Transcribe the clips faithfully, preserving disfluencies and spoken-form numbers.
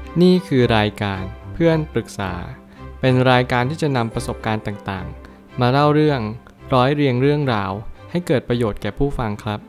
นี่คือรายการเพื่อนปรึกษาเป็นรายการที่จะนำประสบการณ์ต่างๆมาเล่าเรื่องร้อยเรียงเรื่องราวให้เกิดประโยชน์แก่ผู้ฟังครับ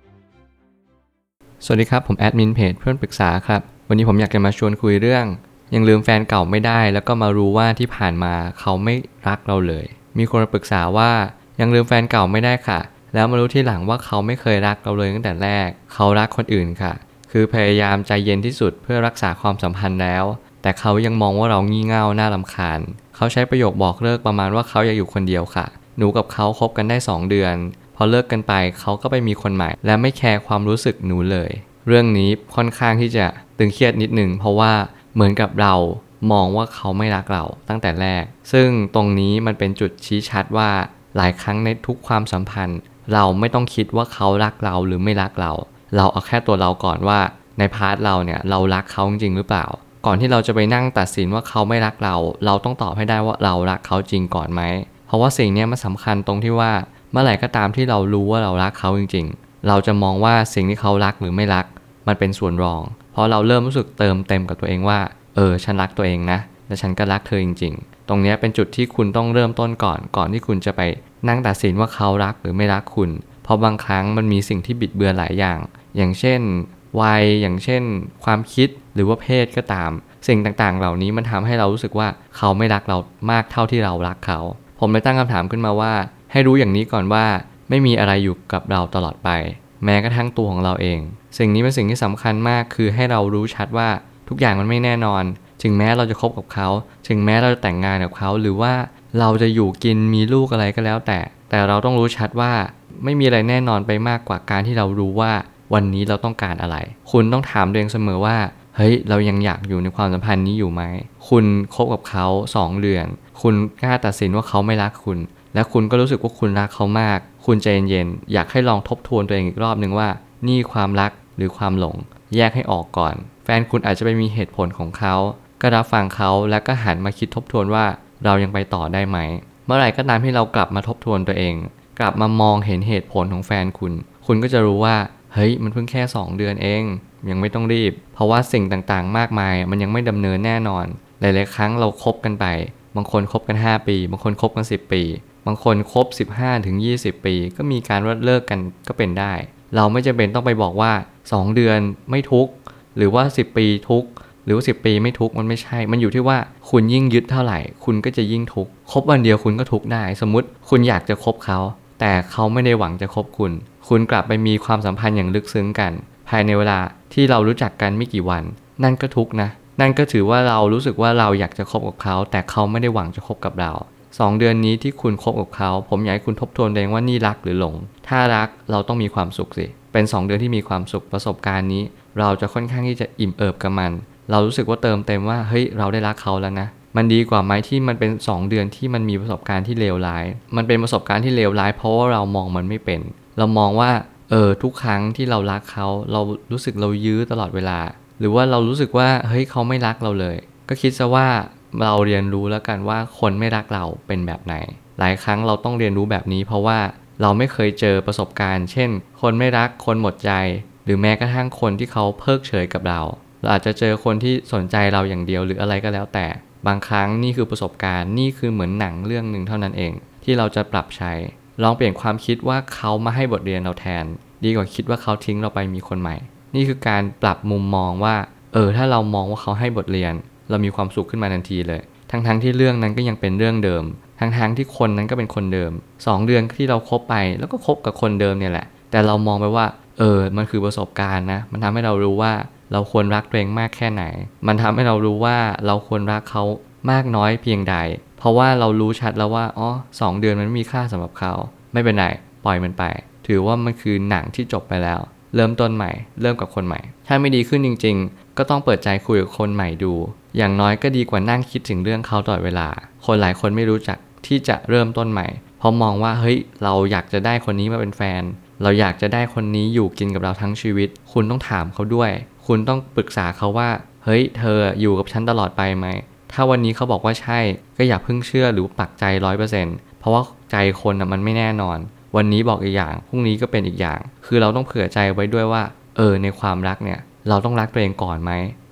สวัสดีครับผมแอดมินเพจเพื่อนปรึกษาครับวันนี้ผมอยากจะมาชวนคุยเรื่องยังลืมแฟนเก่าไม่ได้แล้วก็มารู้ว่าที่ผ่านมาเขาไม่รักเราเลยมีคนมาปรึกษาว่ายังลืมแฟนเก่าไม่ได้ค่ะแล้วมารู้ที่หลังว่าเขาไม่เคยรักเราเลยตั้งแต่แรกเขารักคนอื่นค่ะคือพยายามใจเย็นที่สุดเพื่อรักษาความสัมพันธ์แล้วแต่เขายังมองว่าเรางี่เง่าน่ารำคาญเขาใช้ประโยคบอกเลิกประมาณว่าเขาอยากอยู่คนเดียวค่ะหนูกับเขาคบกันได้สองเดือนพอเลิกกันไปเขาก็ไปมีคนใหม่และไม่แคร์ความรู้สึกหนูเลยเรื่องนี้ค่อนข้างที่จะตึงเครียดนิดนึงเพราะว่าเหมือนกับเรามองว่าเขาไม่รักเราตั้งแต่แรกซึ่งตรงนี้มันเป็นจุดชี้ชัดว่าหลายครั้งในทุกความสัมพันธ์เราไม่ต้องคิดว่าเขารักเราหรือไม่รักเราเราเอาแค่ตัวเราก่อนว่าในพาร์ทเราเนี่ยเรารักเขาจริงหรือเปล่าก่อนที่เราจะไปนั่งตัดสินว่าเขาไม่รักเราเราต้องตอบให้ได้ว่าเรารักเขาจริงก่อนไหมเพราะว่าสิ่งนี้มันสำคัญตรงที่ว่าเมื่อไหร่ก็ตามที่เรารู้ว่าเรารักเขาจริงๆเราจะมองว่าสิ่งที่เขารักหรือไม่รักมันเป็นส่วนรองเพราะเราเริ่มรู้สึกเติมเต็มกับตัวเองว่าเออฉันรักตัวเองนะและฉันก็รักเธอจริงๆตรงนี้เป็นจุดที่คุณต้องเริ่มต้นก่อนก่อนที่คุณจะไปนั่งตัดสินว่าเขารักหรือไม่รักคุณเพราะบางครั้งมันมีสิ่งที่บิดเบือนหลายอย่างอย่างเช่นวัยอย่างเช่นความคิดหรือว่าเพศก็ตามสิ่งต่างๆเหล่านี้มันทำให้เรารู้สึกว่าเขาไม่รักเรามากเท่าที่เรารักเขาผมเลยตั้งคำถามขึ้นมาว่าให้รู้อย่างนี้ก่อนว่าไม่มีอะไรอยู่กับเราตลอดไปแม้กระทั่งตัวของเราเองสิ่งนี้เป็นสิ่งที่สำคัญมากคือให้เรารู้ชัดว่าทุกอย่างมันไม่แน่นอนถึงแม้เราจะคบกับเขาถึงแม้เราจะแต่งงานกับเขาหรือว่าเราจะอยู่กินมีลูกอะไรก็แล้วแต่แต่เราต้องรู้ชัดว่าไม่มีอะไรแน่นอนไปมากกว่าการที่เรารู้ว่าวันนี้เราต้องการอะไรคุณต้องถามตัวเองเสมอว่าเฮ้ยเรายังอยากอยู่ในความสัมพันธ์นี้อยู่ไหมคุณคบกับเขาสองเดือนคุณกล้าตัดสินว่าเขาไม่รักคุณและคุณก็รู้สึกว่าคุณรักเขามากคุณใจเย็นๆอยากให้ลองทบทวนตัวเองอีกรอบนึงว่านี่ความรักหรือความหลงแยกให้ออกก่อนแฟนคุณอาจจะไปมีเหตุผลของเขาก็รับฟังเขาแล้วก็หันมาคิดทบทวนว่าเรายังไปต่อได้ไหมเมื่อไหร่ก็ตามที่เรากลับมาทบทวนตัวเองกลับมามองเห็นเหตุผลของแฟนคุณคุณก็จะรู้ว่าเฮ้ยมันเพิ่งแค่สองเดือนเองยังไม่ต้องรีบเพราะว่าสิ่งต่างๆมากมายมันยังไม่ดำเนินแน่นอนหลายๆครั้งเราคบกันไปบางคนคบกันห้าปีบางคนคบกันสิบปีบางคนคบสิบห้าถึงยี่สิบปีก็มีการเลิกกันก็เป็นได้เราไม่จำเป็นต้องไปบอกว่าสองเดือนไม่ทุกข์หรือว่าสิบปีทุกข์หรือว่าสิบปีไม่ทุกข์มันไม่ใช่มันอยู่ที่ว่าคุณยิ่งยึดเท่าไหร่คุณก็จะยิ่งทุกข์คบวันเดียวคุณก็ทุกข์ได้สมมุติคุณอยากจะคบเขาแต่เขาไม่ได้หวังจะคบคุณคุณกลับไปมีความสัมพันธ์อย่างลึกซึ้งกันภายในเวลาที่เรารู้จักกันไม่กี่วันนั่นก็ทุกข์นะนั่นก็ถือว่าเรารู้สึกว่าเราอยากจะคบกับเขาแต่เขาไม่ได้หวังจะคบกับเราสองเดือนนี้ที่คุณคบกับเขาผมอยากให้คุณทบทวนเองว่านี่รักหรือหลงถ้ารักเราต้องมีความสุขสิเป็นสองเดือนที่มีความสุขประสบการณ์นี้เราจะค่อนข้างที่จะอิ่มเอิบกับมันเรารู้สึกว่าเติมเต็มว่าเฮ้ยเราได้รักเขาแล้วนะมันดีกว่าไหมที่มันเป็นสองเดือนที่มันมีประสบการณ์ที่เลวร้ายมันเป็นประสบการณ์ที่เลวร้ายเพราะว่าเรามองมันไม่เป็นเรามองว่าเออทุกครั้งที่เรารักเขาเรารู้สึกเรายื้อตลอดเวลาหรือว่าเรารู้สึกว่าเฮ้ยเขาไม่รักเราเลยก็คิดซะว่าเราเรียนรู้แล้วกันว่าคนไม่รักเราเป็นแบบไหนหลายครั้งเราต้องเรียนรู้แบบนี้เพราะว่าเราไม่เคยเจอประสบการณ์เช่นคนไม่รักคนหมดใจหรือแม้กระทั่งคนที่เขาเพิกเฉยกับเราเราอาจจะเจอคนที่สนใจเราอย่างเดียวหรืออะไรก็แล้วแต่บางครั้งนี่คือประสบการณ์นี่คือเหมือนหนังเรื่องนึงเท่านั้นเองที่เราจะปรับใช้ลองเปลี่ยนความคิดว่าเขามาให้บทเรียนเราแทนดีกว่าคิดว่าเขาทิ้งเราไปมีคนใหม่นี่คือการปรับมุมมองว่าเออถ้าเรามองว่าเขาให้บทเรียนเรามีความสุขขึ้นมาทันทีเลยทั้งๆที่เรื่องนั้นก็ยังเป็นเรื่องเดิมทั้งๆที่คนนั้นก็เป็นคนเดิมสองเดือนที่เราคบไปแล้วก็คบกับคนเดิมเนี่ยแหละแต่เรามองไปว่าเออมันคือประสบการณ์นะมันทำให้เรารู้ว่าเราควรรักตัวเองมากแค่ไหนมันทำให้เรารู้ว่าเราควรรักเขามากน้อยเพียงใดเพราะว่าเรารู้ชัดแล้วว่าอ๋อสองเดือนมันไม่มีค่าสำหรับเขาไม่เป็นไรปล่อยมันไปถือว่ามันคือหนังที่จบไปแล้วเริ่มต้นใหม่เริ่มกับคนใหม่ถ้าไม่ดีขึ้นจริงๆก็ต้องเปิดใจคุยกับคนใหม่ดูอย่างน้อยก็ดีกว่านั่งคิดถึงเรื่องเขาตลอดเวลาคนหลายคนไม่รู้จักที่จะเริ่มต้นใหม่เพราะมองว่าเฮ้ยเราอยากจะได้คนนี้มาเป็นแฟนเราอยากจะได้คนนี้อยู่กินกับเราทั้งชีวิตคุณต้องถามเขาด้วยคุณต้องปรึกษาเขาว่าเฮ้ยเธออยู่กับฉันตลอดไปไหมถ้าวันนี้เขาบอกว่าใช่ก็อย่าเพิ่งเชื่อหรือปักใจ ร้อยเปอร์เซ็นต์ เพราะว่าใจคนน่ะมันไม่แน่นอนวันนี้บอกอีกอย่างพรุ่งนี้ก็เป็นอีกอย่างคือเราต้องเผื่อใจไว้ด้วยว่าเออในความรักเนี่ยเราต้องรักตัวเองก่อนไหม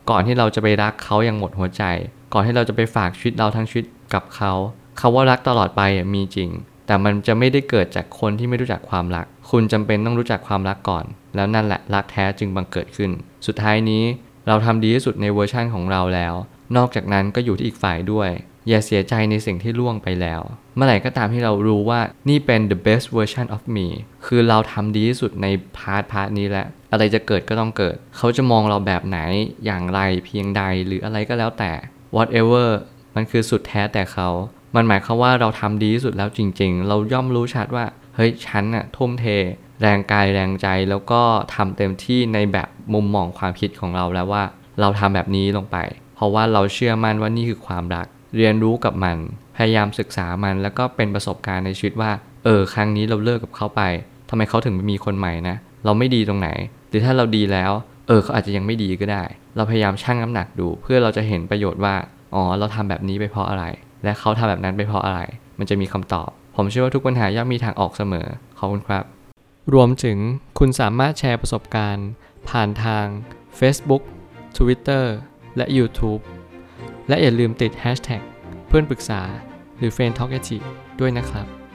ก่อนที่เราจะไปรักเขาอย่างหมดหัวใจก่อนที่เราจะไปฝากชีวิตเราทั้งชีวิตกับเขาคำว่ารักตลอดไปมีจริงแต่มันจะไม่ได้เกิดจากคนที่ไม่รู้จักความรักคุณจำเป็นต้องรู้จักความรักก่อนแล้วนั่นแหละรักแท้จึงบังเกิดขึ้นสุดท้ายนี้เราทำดีที่สุดในเวอร์ชั่นของเราแล้วนอกจากนั้นก็อยู่ที่อีกฝ่ายด้วยอย่าเสียใจในสิ่งที่ล่วงไปแล้วเมื่อไหร่ก็ตามที่เรารู้ว่านี่เป็น the best version of me คือเราทำดีที่สุดในพาร์ทพาร์ทนี้แล้วอะไรจะเกิดก็ต้องเกิดเขาจะมองเราแบบไหนอย่างไรเพียงใดหรืออะไรก็แล้วแต่ whatever มันคือสุดแท้แต่เขามันหมายความว่าเราทำดีที่สุดแล้วจริงๆเราย่อมรู้ชัดว่าเฮ้ยฉันน่ะทุ่มเทแรงกายแรงใจแล้วก็ทำเต็มที่ในแบบมุมมองความคิดของเราแล้วว่าเราทำแบบนี้ลงไปเพราะว่าเราเชื่อมั่นว่านี่คือความรักเรียนรู้กับมันพยายามศึกษามันแล้วก็เป็นประสบการณ์ในชีวิตว่าเออครั้งนี้เราเลิกกับเขาไปทำไมเขาถึงไม่มีคนใหม่นะเราไม่ดีตรงไหนหรือถ้าเราดีแล้วเออเขาอาจจะยังไม่ดีก็ได้เราพยายามชั่งน้ำหนักดูเพื่อเราจะเห็นประโยชน์ว่าอ๋อเราทำแบบนี้ไปเพราะอะไรและเขาทำแบบนั้นไปเพราะอะไรมันจะมีคำตอบผมเชื่อว่าทุกปัญหาย่อมมีทางออกเสมอขอบคุณครับรวมถึงคุณสามารถแชร์ประสบการณ์ผ่านทาง Facebook Twitter และ YouTube และอย่าลืมติด แฮชแท็ก เพื่อนปรึกษาหรือ เฟรนด์ ทอล์ก แอท จี ด้วยนะครับ